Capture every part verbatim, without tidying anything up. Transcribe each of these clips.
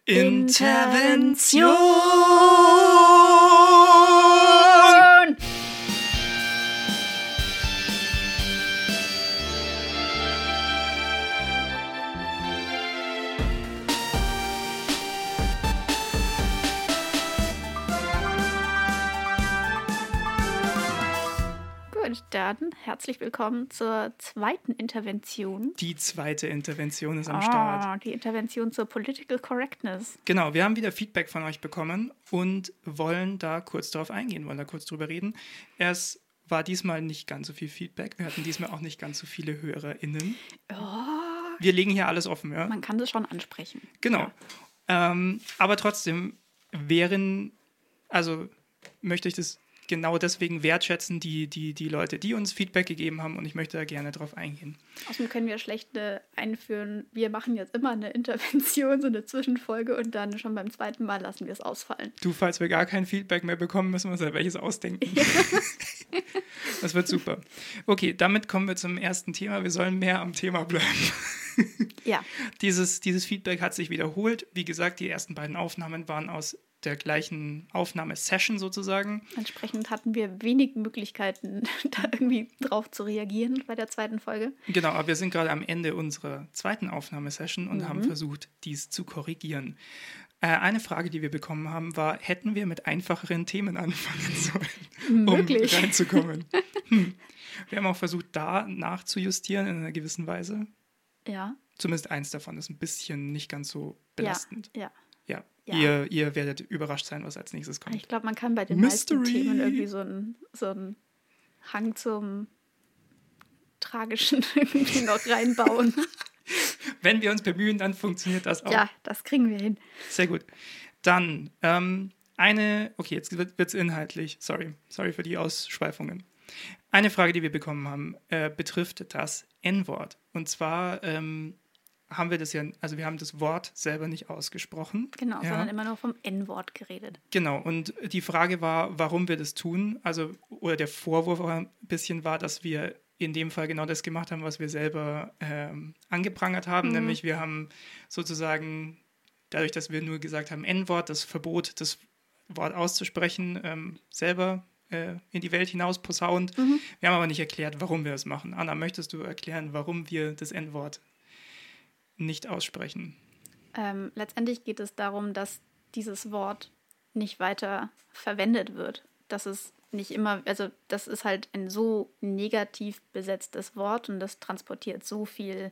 Intervention! Gut, dann herzlich willkommen zur zweiten Intervention. Die zweite Intervention ist am oh, Start. Die Intervention zur Political Correctness. Genau, wir haben wieder Feedback von euch bekommen und wollen da kurz darauf eingehen, wollen da kurz drüber reden. Es war diesmal nicht ganz so viel Feedback. Wir hatten diesmal auch nicht ganz so viele HörerInnen. Oh, Wir legen hier alles offen, ja? man kann das schon ansprechen. Genau. Ja. Ähm, aber trotzdem wären, also möchte ich das genau deswegen wertschätzen, die, die, die Leute, die uns Feedback gegeben haben, und ich möchte da gerne drauf eingehen. Außerdem können wir schlecht eine einführen, wir machen jetzt immer eine Intervention, so eine Zwischenfolge, und dann schon beim zweiten Mal lassen wir es ausfallen. Du, falls wir gar kein Feedback mehr bekommen, müssen wir uns ja welches ausdenken. Ja. Das wird super. Okay, damit kommen wir zum ersten Thema. Wir sollen mehr am Thema bleiben. Ja. Dieses, dieses Feedback hat sich wiederholt. Wie gesagt, die ersten beiden Aufnahmen waren aus der gleichen Aufnahmesession sozusagen. Entsprechend hatten wir wenig Möglichkeiten, da irgendwie drauf zu reagieren bei der zweiten Folge. Genau, aber wir sind gerade am Ende unserer zweiten Aufnahmesession und Mhm. haben versucht, dies zu korrigieren. Äh, eine Frage, die wir bekommen haben, war, hätten wir mit einfacheren Themen anfangen sollen, Möglich. um reinzukommen? hm. Wir haben auch versucht, da nachzujustieren in einer gewissen Weise. Ja. Zumindest eins davon ist ein bisschen nicht ganz so belastend. Ja, ja. Ja, Ja. Ihr, ihr werdet überrascht sein, was als nächstes kommt. Ich glaube, man kann bei den Mystery. meisten Themen irgendwie so einen so einen Hang zum Tragischen irgendwie noch reinbauen. Wenn wir uns bemühen, dann funktioniert das auch. Ja, das kriegen wir hin. Sehr gut. Dann ähm, eine, okay, jetzt wird es inhaltlich, sorry, sorry für die Ausschweifungen. Eine Frage, die wir bekommen haben, äh, betrifft das En-Wort. Und zwar ähm, haben wir das ja, also wir haben das Wort selber nicht ausgesprochen. Genau, ja. sondern immer nur vom En-Wort geredet. Genau, und die Frage war, warum wir das tun. Also, oder der Vorwurf auch ein bisschen war, dass wir in dem Fall genau das gemacht haben, was wir selber ähm, angeprangert haben. Mhm. Nämlich wir haben sozusagen, dadurch, dass wir nur gesagt haben, En-Wort, das Verbot, das Wort auszusprechen, ähm, selber äh, in die Welt hinaus posaunt. Mhm. Wir haben aber nicht erklärt, warum wir das machen. Anna, möchtest du erklären, warum wir das En-Wort nicht aussprechen? Ähm, letztendlich geht es darum, dass dieses Wort nicht weiter verwendet wird. Dass es nicht immer, also das ist halt ein so negativ besetztes Wort und das transportiert so viel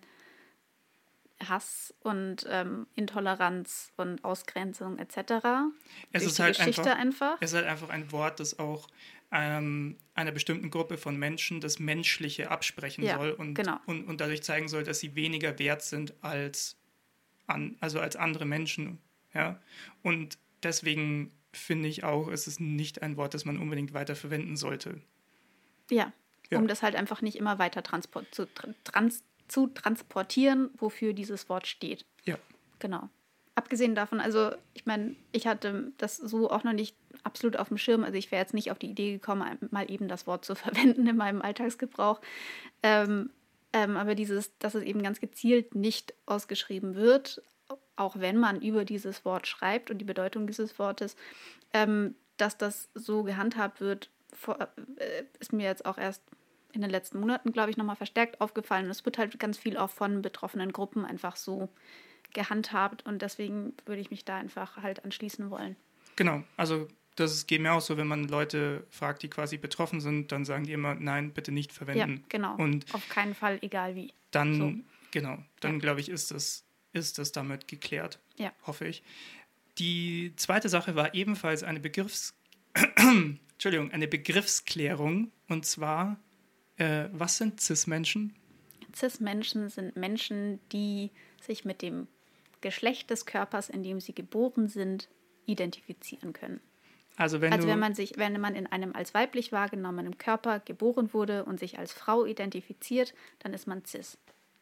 Hass und ähm, Intoleranz und Ausgrenzung et cetera. Es Durch ist die halt Geschichte einfach, einfach. Es ist halt einfach ein Wort, das auch ähm, einer bestimmten Gruppe von Menschen das Menschliche absprechen Ja, soll und, genau. und, und dadurch zeigen soll, dass sie weniger wert sind als, an, also als andere Menschen. Ja? Und deswegen finde ich auch, es ist nicht ein Wort, das man unbedingt weiter verwenden sollte. Ja, Ja. um das halt einfach nicht immer weiter transport zu, trans zu transportieren, wofür dieses Wort steht. Ja. Genau. Abgesehen davon, also ich meine, ich hatte das so auch noch nicht absolut auf dem Schirm, also ich wäre jetzt nicht auf die Idee gekommen, mal eben das Wort zu verwenden in meinem Alltagsgebrauch, ähm, ähm, aber dieses, dass es eben ganz gezielt nicht ausgeschrieben wird, auch wenn man über dieses Wort schreibt und die Bedeutung dieses Wortes, ähm, dass das so gehandhabt wird, vor, äh, ist mir jetzt auch erst in den letzten Monaten, glaube ich, nochmal verstärkt aufgefallen. Es wird halt ganz viel auch von betroffenen Gruppen einfach so gehandhabt und deswegen würde ich mich da einfach halt anschließen wollen. Genau, also das geht mir auch so, wenn man Leute fragt, die quasi betroffen sind, dann sagen die immer, nein, bitte nicht verwenden. Ja, genau. Und auf keinen Fall, egal wie. dann, So. genau, dann Ja. glaube ich, ist das, ist das damit geklärt, Ja. hoffe ich. Die zweite Sache war ebenfalls eine Begriffs... Entschuldigung, eine Begriffsklärung, und zwar, äh, was sind Cis-Menschen? Cis-Menschen sind Menschen, die sich mit dem Geschlecht des Körpers, in dem sie geboren sind, identifizieren können. Also wenn, Also du, wenn man sich, wenn man in einem als weiblich wahrgenommenen Körper geboren wurde und sich als Frau identifiziert, dann ist man cis.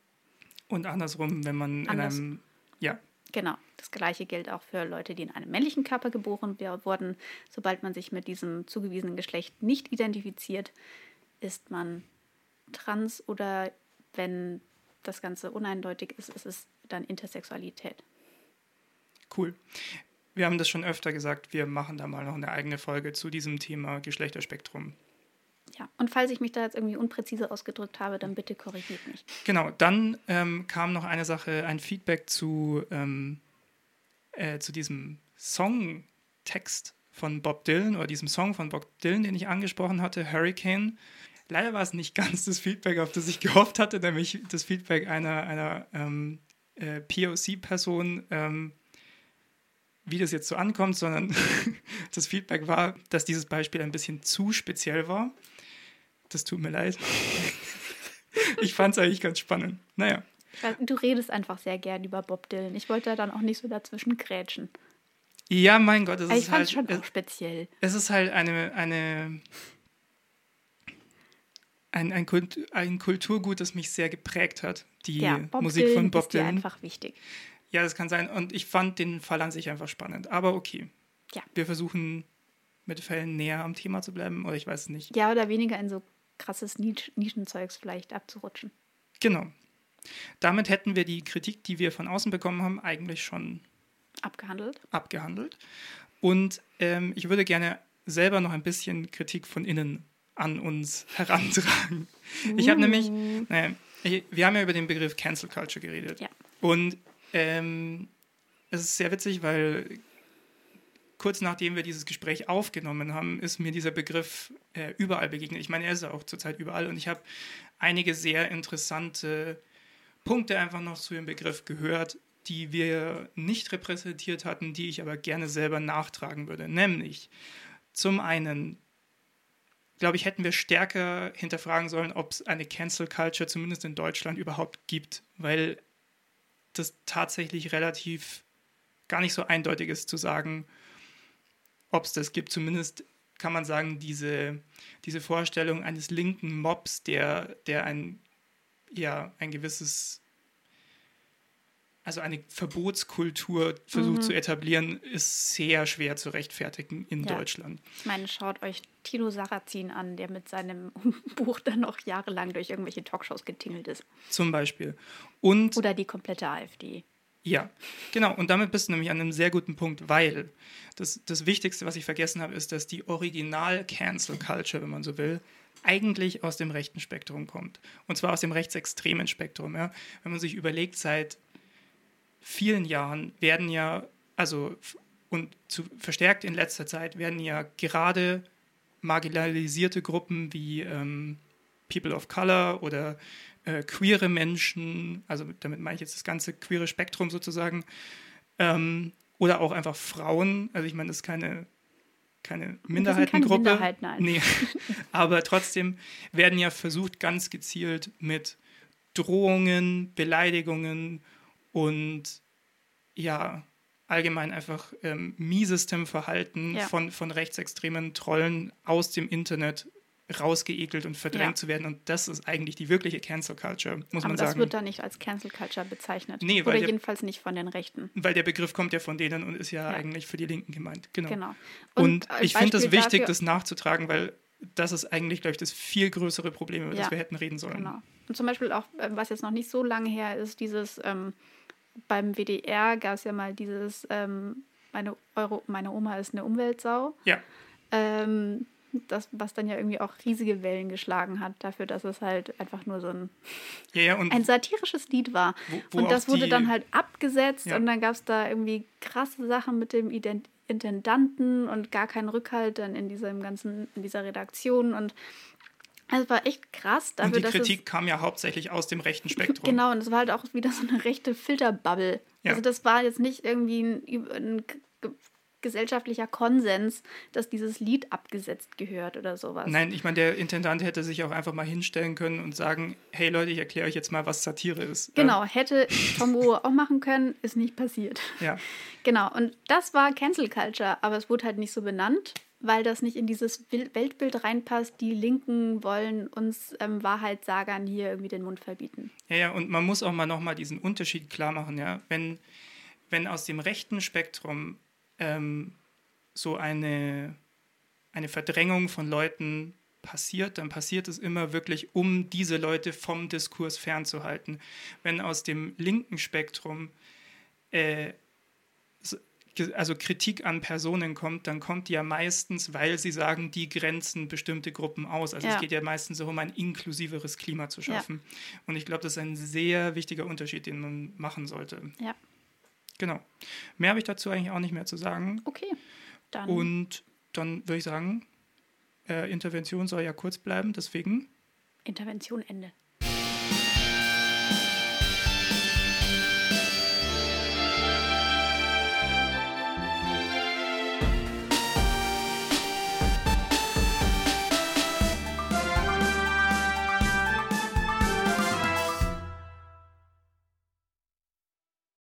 und andersrum, wenn man Anders. in einem, ja, Genau. Das Gleiche gilt auch für Leute, die in einem männlichen Körper geboren wurden. Sobald man sich mit diesem zugewiesenen Geschlecht nicht identifiziert, ist man trans, oder wenn das Ganze uneindeutig ist, ist es dann Intersexualität. Cool. Wir haben das schon öfter gesagt, wir machen da mal noch eine eigene Folge zu diesem Thema Geschlechterspektrum. Ja, und falls ich mich da jetzt irgendwie unpräzise ausgedrückt habe, dann bitte korrigiert mich. Genau, dann ähm, kam noch eine Sache, ein Feedback zu, ähm, äh, zu diesem Songtext von Bob Dylan oder diesem Song von Bob Dylan, den ich angesprochen hatte, Hurricane. Leider war es nicht ganz das Feedback, auf das ich gehofft hatte, nämlich das Feedback einer, einer ähm, äh, P O C-Person, ähm, wie das jetzt so ankommt, sondern das Feedback war, dass dieses Beispiel ein bisschen zu speziell war. Das tut mir leid. Ich fand es eigentlich ganz spannend. Naja. Du redest einfach sehr gern über Bob Dylan. Ich wollte da dann auch nicht so dazwischen grätschen. Ja, mein Gott, es Aber ist ich fand halt... es schon es, auch speziell. Es ist halt eine... eine ein, ein, Kult, ein Kulturgut, das mich sehr geprägt hat. Die ja, Bob Musik Dylan von Bob ist dir Dylan. einfach wichtig. Ja, das kann sein. Und ich fand den Fall an sich einfach spannend. Aber okay. Ja. Wir versuchen mit Fällen näher am Thema zu bleiben. Oder ich weiß es nicht. Ja, oder weniger in so krasses Nisch- Nischenzeugs vielleicht abzurutschen. Genau. Damit hätten wir die Kritik, die wir von außen bekommen haben, eigentlich schon abgehandelt. abgehandelt. Und ähm, ich würde gerne selber noch ein bisschen Kritik von innen an uns herantragen. Uh. Ich habe nämlich, naja, ich, wir haben ja über den Begriff Cancel Culture geredet. Ja. Und ähm, es ist sehr witzig, weil kurz nachdem wir dieses Gespräch aufgenommen haben, ist mir dieser Begriff äh, überall begegnet. Ich meine, er ist ja auch zurzeit überall und ich habe einige sehr interessante Punkte einfach noch zu dem Begriff gehört, die wir nicht repräsentiert hatten, die ich aber gerne selber nachtragen würde. Nämlich zum einen, glaube ich, hätten wir stärker hinterfragen sollen, ob es eine Cancel Culture zumindest in Deutschland überhaupt gibt, weil das tatsächlich relativ gar nicht so eindeutig ist zu sagen, ob es das gibt. Zumindest kann man sagen, diese, diese Vorstellung eines linken Mobs, der, der ein, ja, ein gewisses, also eine Verbotskultur versucht mhm. zu etablieren, ist sehr schwer zu rechtfertigen in ja. Deutschland. Ich meine, schaut euch Tino Sarrazin an, der mit seinem Buch dann noch jahrelang durch irgendwelche Talkshows getingelt ist. Zum Beispiel. Und Oder die komplette AfD. Ja, genau. Und damit bist du nämlich an einem sehr guten Punkt, weil das, das Wichtigste, was ich vergessen habe, ist, dass die Original-Cancel-Culture, wenn man so will, eigentlich aus dem rechten Spektrum kommt. Und zwar aus dem rechtsextremen Spektrum. Ja? Wenn man sich überlegt, seit vielen Jahren werden ja, also und zu, verstärkt in letzter Zeit, werden ja gerade marginalisierte Gruppen wie ähm, People of Color oder äh, queere Menschen, also damit meine ich jetzt das ganze queere Spektrum sozusagen, ähm, oder auch einfach Frauen, also ich meine, das ist keine, keine Minderheitengruppe. Das sind keine Minderheiten, nein. Nee. Aber trotzdem werden ja versucht, ganz gezielt mit Drohungen, Beleidigungen und ja, allgemein einfach ähm, miesestem Verhalten ja. von, von rechtsextremen Trollen aus dem Internet rausgeekelt und verdrängt ja. zu werden. Und das ist eigentlich die wirkliche Cancel Culture, muss Aber man das sagen. wird da nicht als Cancel Culture bezeichnet. Nee, Oder weil der, jedenfalls nicht von den Rechten. Weil der Begriff kommt ja von denen und ist ja, ja. eigentlich für die Linken gemeint. Genau. genau. Und, und ich finde es wichtig, dafür, das nachzutragen, weil das ist eigentlich, glaube ich, das viel größere Problem, über ja. das wir hätten reden sollen. Genau. Und zum Beispiel auch, was jetzt noch nicht so lange her ist, dieses, ähm, beim W D R gab es ja mal dieses, ähm, meine, Euro, meine Oma ist eine Umweltsau. Ja. Ähm, das, was dann ja irgendwie auch riesige Wellen geschlagen hat, dafür, dass es halt einfach nur so ein, ja, ja, und ein satirisches Lied war. Wo, wo und das wurde die, dann halt abgesetzt ja. und dann gab es da irgendwie krasse Sachen mit dem Ident- Intendanten und gar keinen Rückhalt dann in diesem ganzen, in dieser Redaktion und es war echt krass. Dafür, und die dass Kritik es, kam ja hauptsächlich aus dem rechten Spektrum. Genau, und es war halt auch wieder so eine rechte Filterbubble. Ja. Also das war jetzt nicht irgendwie ein, ein gesellschaftlicher Konsens, dass dieses Lied abgesetzt gehört oder sowas. Nein, ich meine, der Intendant hätte sich auch einfach mal hinstellen können und sagen, hey Leute, ich erkläre euch jetzt mal, was Satire ist. Genau, hätte Tom Rohe auch machen können, ist nicht passiert. Ja. Genau, und das war Cancel Culture, aber es wurde halt nicht so benannt, weil das nicht in dieses Weltbild reinpasst. Die Linken wollen uns ähm, Wahrheitssagern hier irgendwie den Mund verbieten. Ja, ja, und man muss auch mal nochmal diesen Unterschied klar machen, ja. Wenn, wenn aus dem rechten Spektrum ähm, so eine, eine Verdrängung von Leuten passiert, dann passiert es immer wirklich, um diese Leute vom Diskurs fernzuhalten. Wenn aus dem linken Spektrum äh, also Kritik an Personen kommt, dann kommt die ja meistens, weil sie sagen, die grenzen bestimmte Gruppen aus. Also Ja. es geht ja meistens darum, ein inklusiveres Klima zu schaffen. Ja. Und ich glaube, das ist ein sehr wichtiger Unterschied, den man machen sollte. Ja. Genau. Mehr habe ich dazu eigentlich auch nicht mehr zu sagen. Okay, dann. Und dann würde ich sagen, äh, Intervention soll ja kurz bleiben, deswegen Intervention Ende.